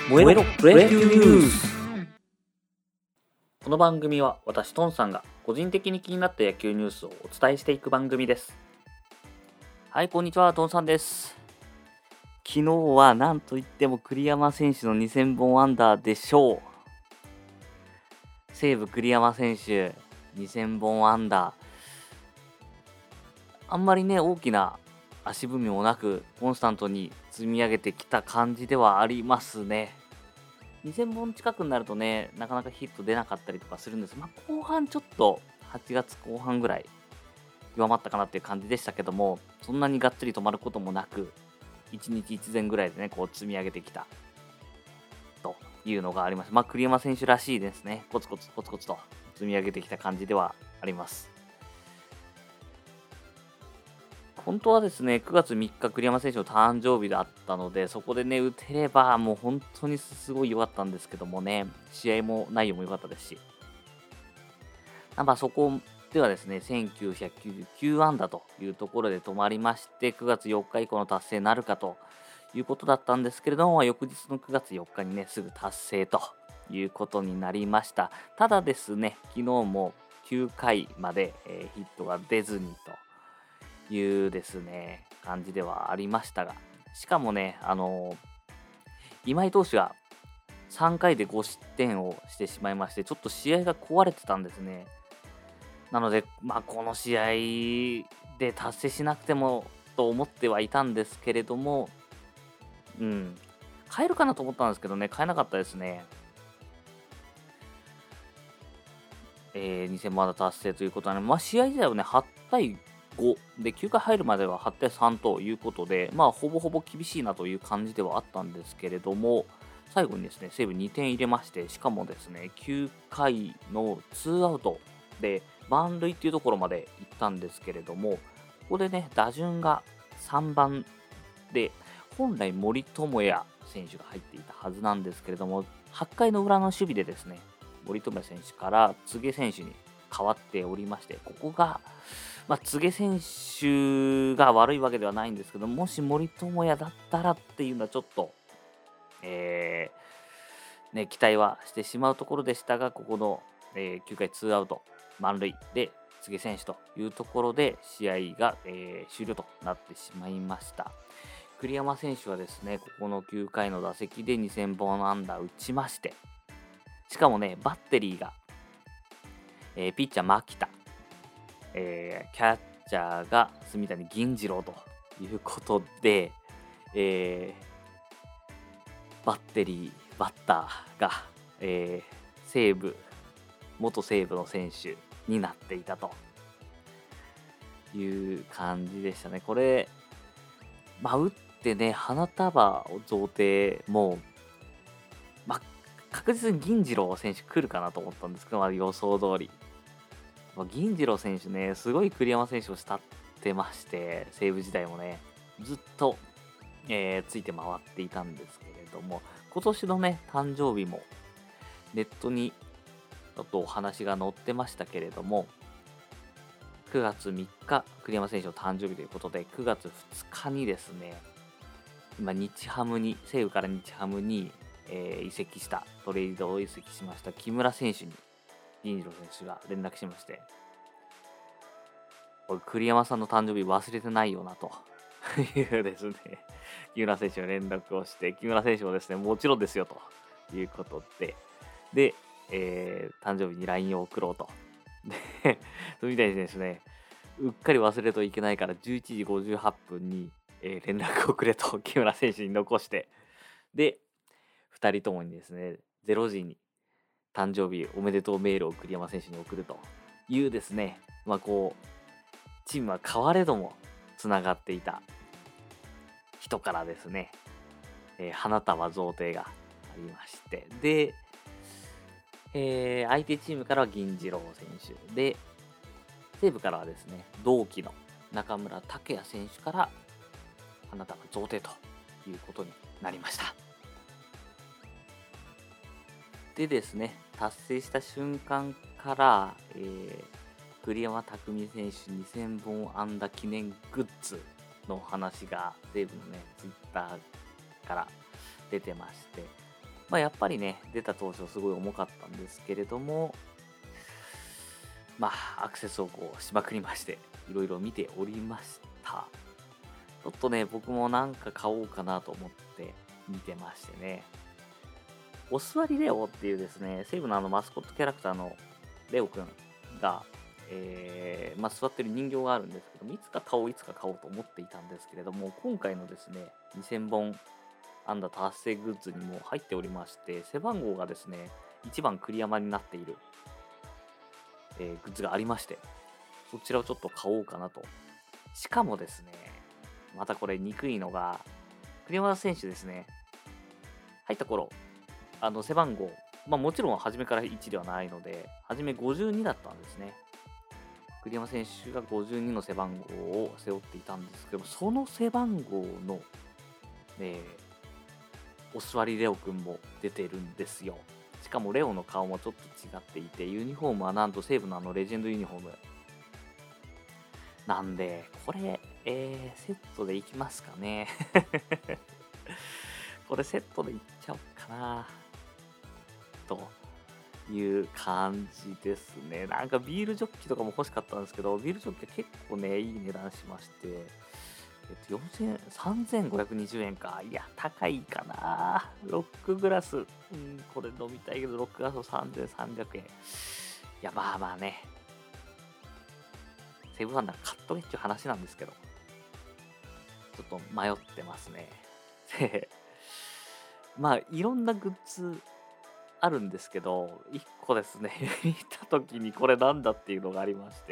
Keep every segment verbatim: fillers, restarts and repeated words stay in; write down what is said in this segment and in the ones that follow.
燃えろプロ野球ニュース。この番組は私トンさんが個人的に気になった野球ニュースをお伝えしていく番組です。はい、こんにちは、トンさんです。昨日は何といっても栗山選手のにせんぼんアンダーでしょう。西武栗山選手にせんぼんアンダー、あんまりね大きな足踏みもなくコンスタントに積み上げてきた感じではありますね。にせんぼん近くになるとね、なかなかヒット出なかったりとかするんです。まあ、後半ちょっとはちがつこう半ぐらい弱まったかなっていう感じでしたけども、そんなにがっつり止まることもなく、いちにちいちぜんぐらいでね、こう積み上げてきたというのがあります。まあ、栗山選手らしいですね。コツコツコツコツと積み上げてきた感じではあります。本当はですね、くがつみっか栗山選手の誕生日だったので、そこでね、打てればもう本当にすごい良かったんですけどもね、試合も内容も良かったですし、まあそこではですね、せんきゅうひゃくきゅうじゅうきゅう安打というところで止まりまして、くがつよっか以降の達成になるかということだったんですけれども、翌日のくがつよっかにね、すぐ達成ということになりました。ただですね、昨日もきゅうかいまで、えーヒットが出ずにと、いうですね感じではありましたが、しかもね、あのー今井投手がさんかいでご失点をしてしまいまして、ちょっと試合が壊れてたんですね。なので、まあ、この試合で達成しなくてもと思ってはいたんですけれども、うん、変えるかなと思ったんですけどね、変えなかったですね。えー、にせんまん安打達成ということなので、まあ、試合自体はね、はちたいごで、きゅうかい入るまでははちたいさんということで、まあ、ほぼほぼ厳しいなという感じではあったんですけれども、最後にですね、西武にてん入れまして、しかもですね、きゅうかいのツーアウトで、満塁っていうところまで行ったんですけれども、ここでね、打順がさんばんで、本来森友哉選手が入っていたはずなんですけれども、はちかいの裏の守備でですね、森友哉選手から柘植選手に変わっておりまして、ここが、まあ、柘植選手が悪いわけではないんですけど、もし森友哉だったらっていうのはちょっと、えーね、期待はしてしまうところでしたが、ここの、えーきゅうかいツーアウト満塁で柘植選手というところで試合が、えー終了となってしまいました。栗山選手はですね、ここのきゅうかいの打席でにせんぼん安打打ちまして、しかもね、バッテリーが、えーピッチャー牧田、えーキャッチャーが住谷銀次郎ということで、えーバッテリー、バッターが、えー西武、元西武の選手になっていたという感じでしたね。これ、まあ、打ってね、花束を贈呈も、まあ、確実に銀次郎選手来るかなと思ったんですけど、まあ、予想通り。まあ銀次郎選手ね、すごい栗山選手を慕ってまして、西武時代もね、ずっと、えーついて回っていたんですけれども、今年のね、誕生日もネットにちょっとお話が載ってましたけれども、くがつみっか、栗山選手の誕生日ということで、くがつふつかにですね、今、日ハムに、西武から日ハムに、えー移籍した、トレードを移籍しました木村選手に、銀次郎選手が連絡しまして、これ栗山さんの誕生日忘れてないよなというですね、木村選手に連絡をして、木村選手もですね、もちろんですよということで、で、えー誕生日に ライン を送ろうと。で、みたいにですね、うっかり忘れるといけないからじゅういちじごじゅうはっぷんに、えー連絡をくれと木村選手に残して、で、ふたりともにですね、れいじに誕生日おめでとうメールを栗山選手に送るというですね、まあこう、チームは変われどもつながっていた人からですね、えー花束贈呈がありまして、で、えー相手チームからは銀次郎選手で、西武からはですね、同期の中村剛也選手から花束贈呈ということになりました。でですね、達成した瞬間から、えー栗山巧選手にせんぼん安打記念グッズの話が西武のね、ツイッターから出てまして、 まあ、やっぱりね、出た当初すごい重かったんですけれども、まあ、アクセスをこうしまくりまして、いろいろ見ておりました。ちょっとね、僕もなんか買おうかなと思って見てましてね。オスワリレオっていうですね、西武のあのマスコットキャラクターのレオくんが、えーまあ、座ってる人形があるんですけども、いつか買おう、いつか買おうと思っていたんですけれども、今回のですね、にせんぼん安打達成グッズにも入っておりまして、背番号がですね、いちばん栗山になっている、えーグッズがありまして、そちらをちょっと買おうかなと。しかもですね、またこれ憎いのが、栗山選手ですね、入った頃、あの背番号、まあもちろん初めからいちではないので、初めごじゅうにだったんですね。栗山選手がごじゅうにの背番号を背負っていたんですけど、その背番号の、えーオスワリレオくんも出てるんですよ。しかもレオの顔もちょっと違っていて、ユニフォームはなんと西武のあのレジェンドユニフォームなんで、これ、えー、セットでいきますかね。これセットでいっちゃおうかな。という感じですね。なんかビールジョッキとかも欲しかったんですけど、ビールジョッキは結構ね、いい値段しまして、えっと、よんせん、さんぜんごひゃくにじゅうえんか。いや、高いかな。ロックグラス。うん、これ飲みたいけど、ロックグラスさんぜんさんびゃくえん。いや、まあまあね。セブンファンなら買っとけっていう話なんですけど、ちょっと迷ってますね。で、まあ、いろんなグッズあるんですけど、いっこですね、見たときにこれなんだっていうのがありまして、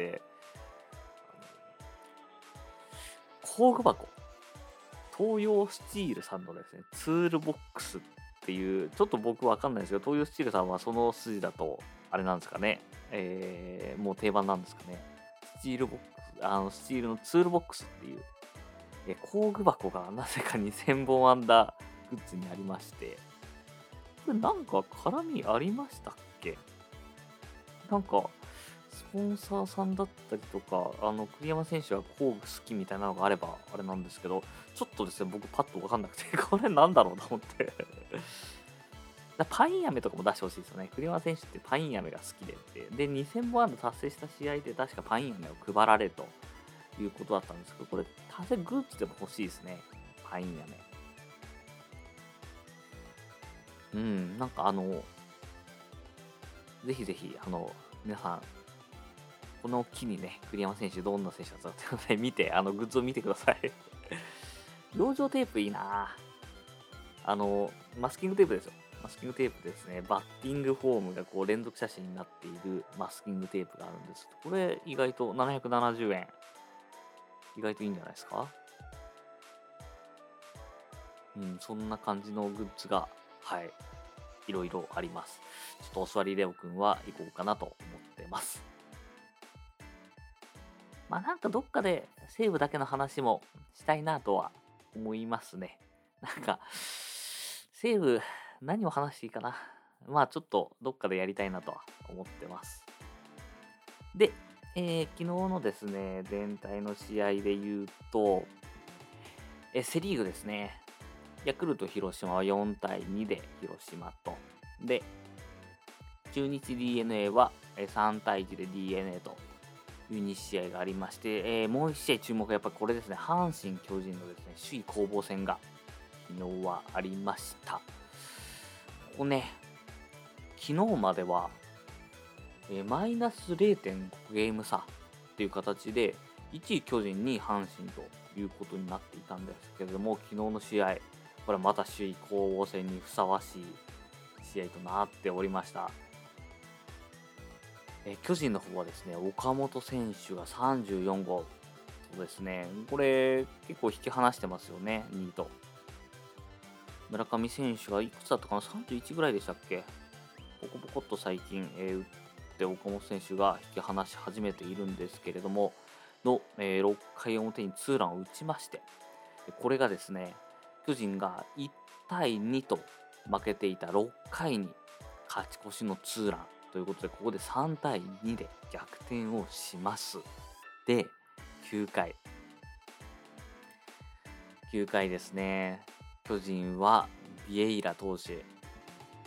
工具箱。東洋スチールさんのですね、ツールボックスっていう、ちょっと僕わかんないですけど、東洋スチールさんはその筋だと、あれなんですかね、えー、もう定番なんですかね。スチールボックス、あの、スチールのツールボックスっていう、え工具箱がなぜかにせんぼん安打グッズにありまして、これなんか絡みありましたっけ？なんか、スポンサーさんだったりとか、あの、栗山選手が工具好きみたいなのがあれば、あれなんですけど、ちょっとですね、僕パッとわかんなくて、これなんだろうと思ってだパイン飴とかも出してほしいですよね。栗山選手ってパイン飴が好きでって、で、にせんぼん安打達成した試合で確かパイン飴を配られるということだったんですけど、これ、達成グッズでも欲しいですね。パイン飴。うん、なんかあの、ぜひぜひ、あの、皆さん、この機にね、栗山選手どんな選手だったっていうので見て、あの、グッズを見てください。養生テープいいなあの、マスキングテープですよ。マスキングテープですね。バッティングフォームがこう連続写真になっているマスキングテープがあるんです。これ意外とななひゃくななじゅうえん。意外といいんじゃないですか？うん、そんな感じのグッズが、はい、いろいろあります。ちょっとお座りレオくんは行こうかなと思ってます。まあなんかどっかで西武だけの話もしたいなとは思いますね。なんか、西武何を話していいかな。まあちょっとどっかでやりたいなとは思ってます。で、えー昨日のですね、全体の試合で言うと、えセ・リーグですね。ヤクルト広島はよんたいにで広島と。で、中日 ディーエヌエー はえーさんたいいちで ディーエヌエー というに試合がありまして、えーもういち試合注目はやっぱこれですね、阪神・巨人のですね、首位攻防戦が昨日はありました。ここね、昨日までは、えーマイナス れいてんご ゲーム差っていう形で、いちい巨人に阪神ということになっていたんですけれども、昨日の試合、これまた首位攻防戦にふさわしい試合となっておりました。えー巨人の方はですね、岡本選手がさんじゅうよんごうとですね、これ結構引き離してますよね、にいと。村上選手がいくつだったかな、さんじゅういちぐらいでしたっけ？ポコポコっと最近、えー打って岡本選手が引き離し始めているんですけれども、の、えーろっかい表にツーランを打ちまして、これがですね、巨人がいちたいにと負けていたろっかいに勝ち越しのツーランということで、ここでさんたいにで逆転をします。で、きゅうかい。きゅうかいですね。巨人はビエイラ投手。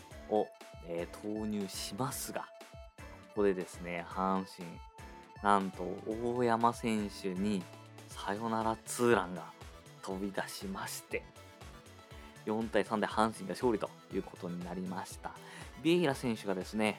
えー投入しますが、ここでですね、阪神、なんと大山選手にサヨナラツーランが飛び出しまして、よんたいさんで阪神が勝利ということになりました。ビエイラ選手がですね、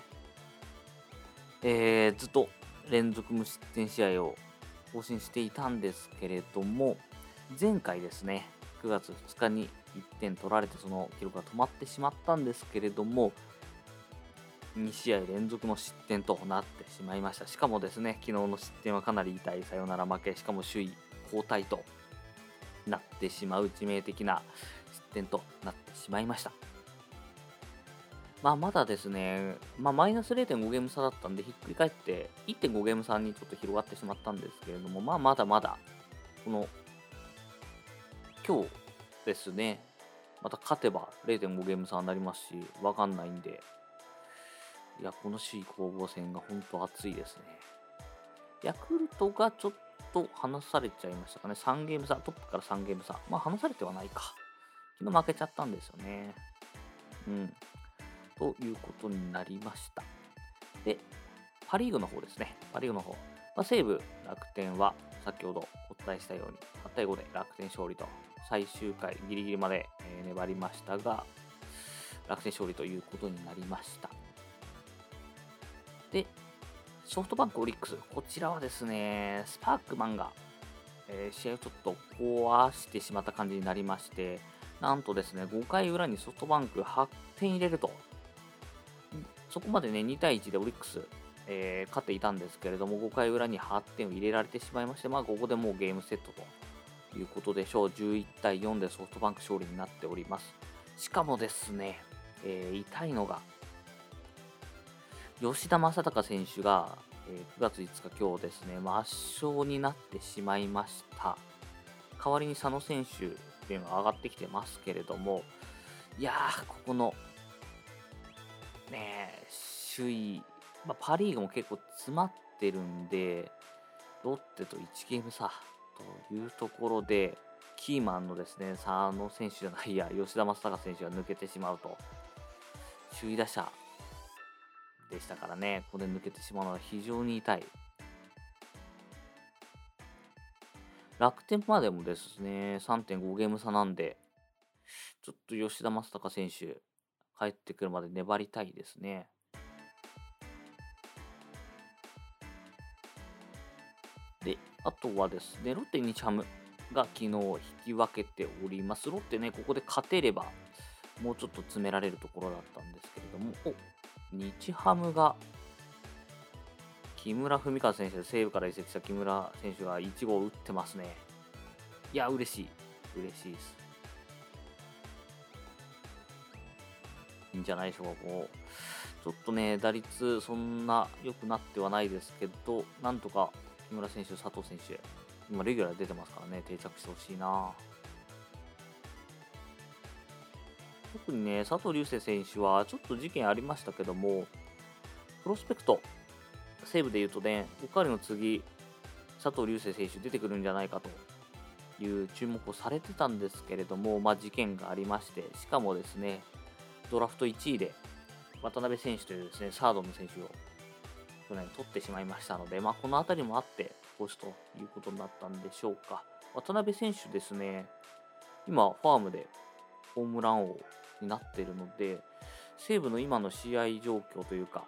えーずっと連続無失点試合を更新していたんですけれども、前回ですね、くがつふつかにいってん取られてその記録が止まってしまったんですけれども、に試合連続の失点となってしまいました。しかもですね、昨日の失点はかなり痛いサヨナラ負け、しかも首位交代となってしまう致命的な失点となってしまいました。まあ、まだですね、まあ、マイナスれいてんごゲーム差だったんで、ひっくり返っていってんごゲーム差にちょっと広がってしまったんですけれども、まあ、まだまだ、この、今日ですね、また勝てばれいてんごゲーム差になりますし、わかんないんで、いや、この首位攻防戦が本当熱いですね。ヤクルトがちょっと離されちゃいましたかね。さんゲーム差、トップからさんゲーム差。まあ、離されてはないか。昨日負けちゃったんですよね。うん。ということになりました。で、パ・リーグの方ですね。パ・リーグの方。まあ、西武、楽天は先ほどお伝えしたようにはちたいごで楽天勝利と最終回ギリギリまで、えー粘りましたが、楽天勝利ということになりました。で、ソフトバンクオリックス、こちらはですね、スパークマンが、えー試合をちょっと壊してしまった感じになりまして、なんとですね、ごかい裏にソフトバンクはってん入れると。そこまでね、にたいいちでオリックス、えー勝っていたんですけれども、ごかい裏にはってんを入れられてしまいまして、まあ、ここでもうゲームセットということでしょう。じゅういったいよんでソフトバンク勝利になっております。しかもですね、えー痛いのが、吉田正尚選手が、えーくがついつか今日ですね、抹消になってしまいました。代わりに佐野選手っていうのが上がってきてますけれども、いやー、ここのねえ、首位、まあ、パ・リーグも結構詰まってるんで、ロッテといちゲーム差というところで、キーマンのですね、佐野選手じゃないや、吉田正尚選手が抜けてしまうと、首位打者でしたからね、ここで抜けてしまうのは非常に痛い。楽天までもですね、さんてんごゲーム差なんで、ちょっと吉田正尚選手、帰ってくるまで粘りたいですね。で、あとはですね、ロッテ日ハムが昨日引き分けております。ロッテね、ここで勝てれば、もうちょっと詰められるところだったんですけれども、お日ハムが木村文和選手で西武から移籍した木村選手がいち号打ってますね。いや、嬉しい。嬉しいです。いいんじゃないでしょうか。こうちょっとね、打率そんな良くなってはないですけど、なんとか木村選手、佐藤選手、今レギュラー出てますからね、定着してほしいな。特にね、佐藤龍世選手はちょっと事件ありましたけども、プロスペクト、西武でいうとね、おかわりの次、佐藤龍世選手出てくるんじゃないかという注目をされてたんですけれども、まあ、事件がありまして、しかもですね、ドラフトいちいで渡辺選手というですね、サードの選手を去年取ってしまいましたので、まあ、この辺りもあって、投手ということになったんでしょうか。渡辺選手ですね、今、ファームでホームラン王になっているので、西武の今の試合状況というか、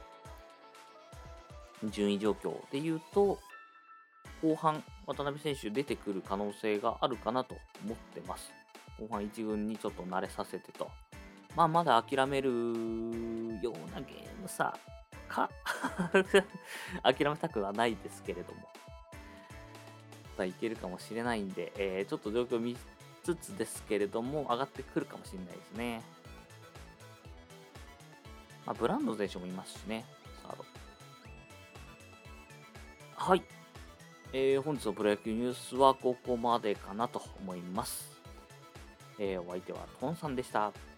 順位状況でいうと、後半、渡辺選手出てくる可能性があるかなと思ってます。後半一軍にちょっと慣れさせてと。まあ、まだ諦めるようなゲームさか諦めたくはないですけれども、まあ、いけるかもしれないんで、えーちょっと状況見つつですけれども、上がってくるかもしれないですね。まあ、ブランド選手もいますしね、サード。はい。えー本日のプロ野球ニュースはここまでかなと思います。えーお相手はトンさんでした。